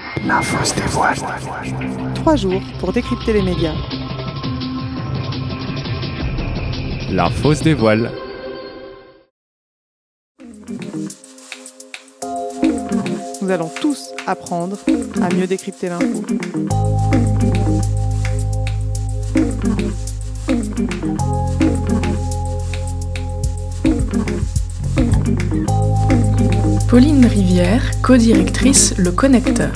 L'info se dévoile. 3 jours pour décrypter les médias. L'info se dévoile. Nous allons tous apprendre à mieux décrypter l'info. Pauline Rivière, co-directrice Le Connecteur.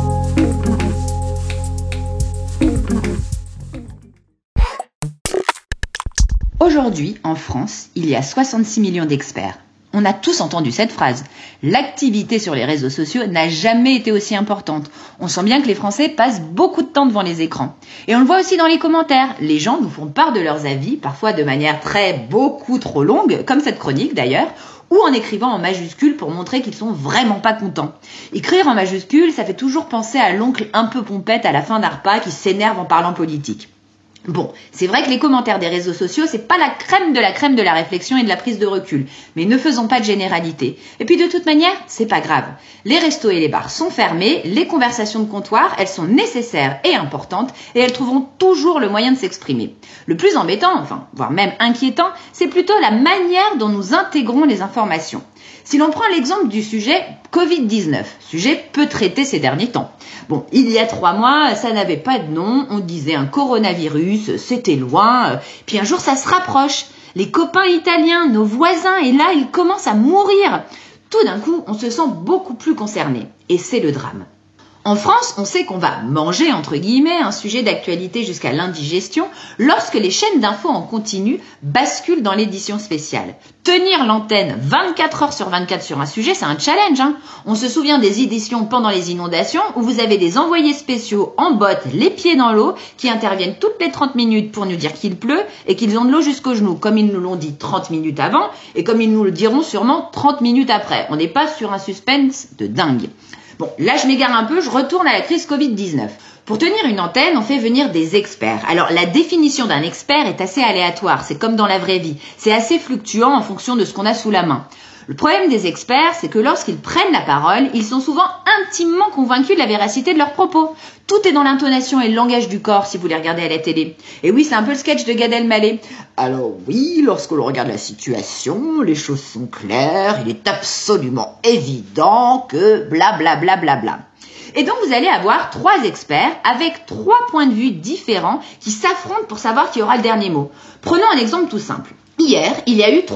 Aujourd'hui, en France, il y a 66 millions d'experts. On a tous entendu cette phrase. L'activité sur les réseaux sociaux n'a jamais été aussi importante. On sent bien que les Français passent beaucoup de temps devant les écrans. Et on le voit aussi dans les commentaires. Les gens nous font part de leurs avis, parfois de manière beaucoup trop longue, comme cette chronique d'ailleurs, ou en écrivant en majuscules pour montrer qu'ils sont vraiment pas contents. Écrire en majuscules, ça fait toujours penser à l'oncle un peu pompette à la fin d'un repas qui s'énerve en parlant politique. Bon, c'est vrai que les commentaires des réseaux sociaux, c'est pas la crème de la réflexion et de la prise de recul. Mais ne faisons pas de généralité. Et puis de toute manière, c'est pas grave. Les restos et les bars sont fermés, les conversations de comptoir, elles sont nécessaires et importantes, et elles trouveront toujours le moyen de s'exprimer. Le plus embêtant, voire même inquiétant, c'est plutôt la manière dont nous intégrons les informations. Si l'on prend l'exemple du sujet Covid-19, sujet peu traité ces derniers temps. Bon, il y a 3 mois, ça n'avait pas de nom, on disait un coronavirus, c'était loin, puis un jour ça se rapproche. Les copains italiens, nos voisins, et là ils commencent à mourir. Tout d'un coup, on se sent beaucoup plus concerné, et c'est le drame. En France, on sait qu'on va manger, entre guillemets, un sujet d'actualité jusqu'à l'indigestion lorsque les chaînes d'infos en continu basculent dans l'édition spéciale. Tenir l'antenne 24 heures sur 24 sur un sujet, c'est un challenge. On se souvient des éditions pendant les inondations où vous avez des envoyés spéciaux en bottes, les pieds dans l'eau, qui interviennent toutes les 30 minutes pour nous dire qu'il pleut et qu'ils ont de l'eau jusqu'aux genoux, comme ils nous l'ont dit 30 minutes avant et comme ils nous le diront sûrement 30 minutes après. On n'est pas sur un suspense de dingue. Bon, là je m'égare un peu, je retourne à la crise Covid-19. Pour tenir une antenne, on fait venir des experts. Alors la définition d'un expert est assez aléatoire, c'est comme dans la vraie vie. C'est assez fluctuant en fonction de ce qu'on a sous la main. Le problème des experts, c'est que lorsqu'ils prennent la parole, ils sont souvent intimement convaincus de la véracité de leurs propos. Tout est dans l'intonation et le langage du corps si vous les regardez à la télé. Et oui, c'est un peu le sketch de Gad Elmaleh. Alors oui, lorsque l'on regarde la situation, les choses sont claires, il est absolument évident que blablabla. Et donc vous allez avoir 3 experts avec 3 points de vue différents qui s'affrontent pour savoir qui aura le dernier mot. Prenons un exemple tout simple. Hier, il y a eu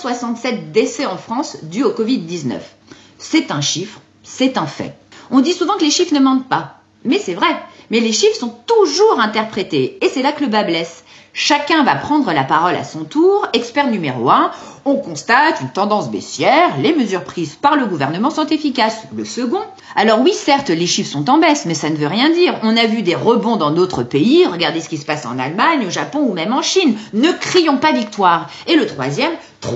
367 décès en France dus au Covid-19. C'est un chiffre, c'est un fait. On dit souvent que les chiffres ne mentent pas. Mais c'est vrai. Mais les chiffres sont toujours interprétés. Et c'est là que le bas blesse. Chacun va prendre la parole à son tour. Expert numéro 1, on constate une tendance baissière. Les mesures prises par le gouvernement sont efficaces. Le second, alors oui, certes, les chiffres sont en baisse, mais ça ne veut rien dire. On a vu des rebonds dans d'autres pays. Regardez ce qui se passe en Allemagne, au Japon ou même en Chine. Ne crions pas victoire. Et le troisième,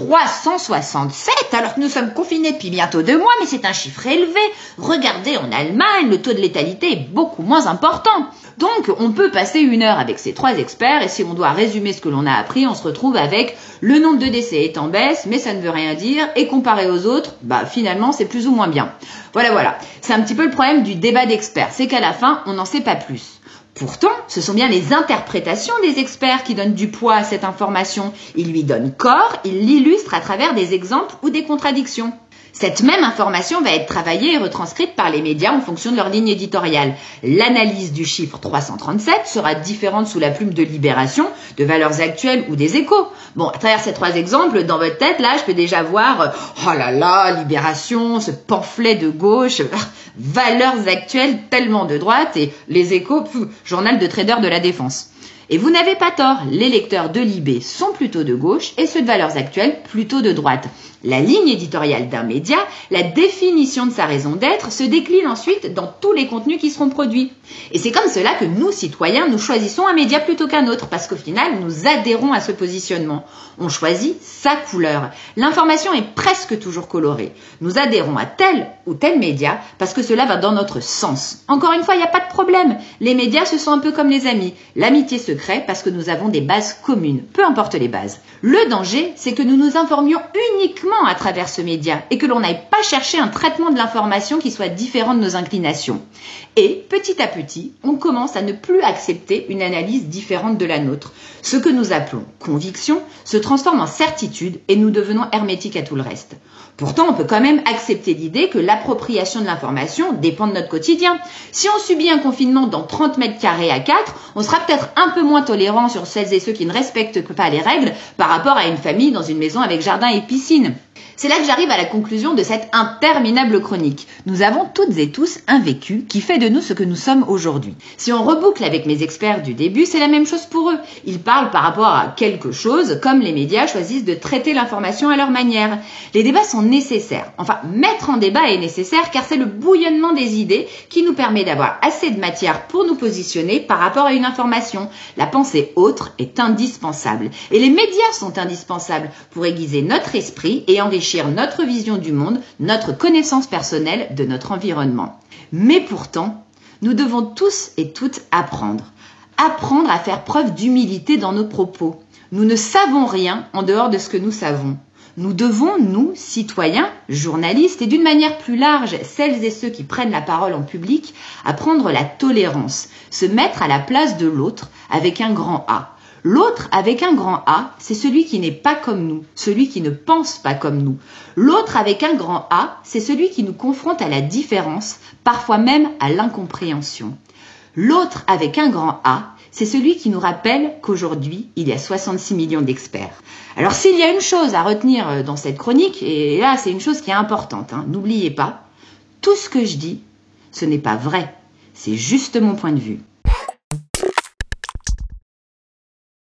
367, alors que nous sommes confinés depuis bientôt 2 mois, mais c'est un chiffre élevé. Regardez, en Allemagne, le taux de létalité est beaucoup moins important. Donc, on peut passer 1 heure avec ces 3 experts, et si on doit résumer ce que l'on a appris, on se retrouve avec le nombre de décès est en baisse, mais ça ne veut rien dire, et comparé aux autres, finalement, c'est plus ou moins bien. Voilà. C'est un petit peu le problème du débat d'experts, c'est qu'à la fin, on n'en sait pas plus. Pourtant, ce sont bien les interprétations des experts qui donnent du poids à cette information. Ils lui donnent corps, ils l'illustrent à travers des exemples ou des contradictions. Cette même information va être travaillée et retranscrite par les médias en fonction de leur ligne éditoriale. L'analyse du chiffre 337 sera différente sous la plume de Libération, de Valeurs Actuelles ou des Échos. Bon, à travers ces 3 exemples, dans votre tête, là, je peux déjà voir oh là là, Libération, ce pamphlet de gauche, Valeurs Actuelles tellement de droite et les Échos, journal de trader de la défense. Et vous n'avez pas tort, les lecteurs de Libé sont plutôt de gauche et ceux de Valeurs Actuelles plutôt de droite. La ligne éditoriale d'un média, la définition de sa raison d'être se décline ensuite dans tous les contenus qui seront produits. Et c'est comme cela que nous, citoyens, nous choisissons un média plutôt qu'un autre, parce qu'au final, nous adhérons à ce positionnement. On choisit sa couleur. L'information est presque toujours colorée. Nous adhérons à tel ou tel média parce que cela va dans notre sens. Encore une fois, il n'y a pas de problème. Les médias, ce sont un peu comme les amis. L'amitié se crée parce que nous avons des bases communes, peu importe les bases. Le danger, c'est que nous nous informions uniquement uniquement à travers ce média et que l'on n'aille pas chercher un traitement de l'information qui soit différent de nos inclinations. Et petit à petit, on commence à ne plus accepter une analyse différente de la nôtre. Ce que nous appelons conviction se transforme en certitude et nous devenons hermétiques à tout le reste. Pourtant, on peut quand même accepter l'idée que l'appropriation de l'information dépend de notre quotidien. Si on subit un confinement dans 30 mètres carrés à 4, on sera peut-être un peu moins tolérant sur celles et ceux qui ne respectent pas les règles par rapport à une famille dans une maison avec jardin et piscine. C'est là que j'arrive à la conclusion de cette interminable chronique. Nous avons toutes et tous un vécu qui fait de nous ce que nous sommes aujourd'hui. Si on reboucle avec mes experts du début, c'est la même chose pour eux. Ils parlent par rapport à quelque chose, comme les médias choisissent de traiter l'information à leur manière. Les débats sont nécessaires. Enfin, mettre en débat est nécessaire car c'est le bouillonnement des idées qui nous permet d'avoir assez de matière pour nous positionner par rapport à une information. La pensée autre est indispensable. Et les médias sont indispensables pour aiguiser notre esprit et enrichir notre vision du monde, notre connaissance personnelle de notre environnement. Mais pourtant, nous devons tous et toutes apprendre à faire preuve d'humilité dans nos propos. Nous ne savons rien en dehors de ce que nous savons. Nous devons, nous, citoyens, journalistes et d'une manière plus large, celles et ceux qui prennent la parole en public, apprendre la tolérance, se mettre à la place de l'autre avec un grand A. L'autre avec un grand A, c'est celui qui n'est pas comme nous, celui qui ne pense pas comme nous. L'autre avec un grand A, c'est celui qui nous confronte à la différence, parfois même à l'incompréhension. L'autre avec un grand A, c'est celui qui nous rappelle qu'aujourd'hui, il y a 66 millions d'experts. Alors s'il y a une chose à retenir dans cette chronique, et là c'est une chose qui est importante, n'oubliez pas, tout ce que je dis, ce n'est pas vrai, c'est juste mon point de vue.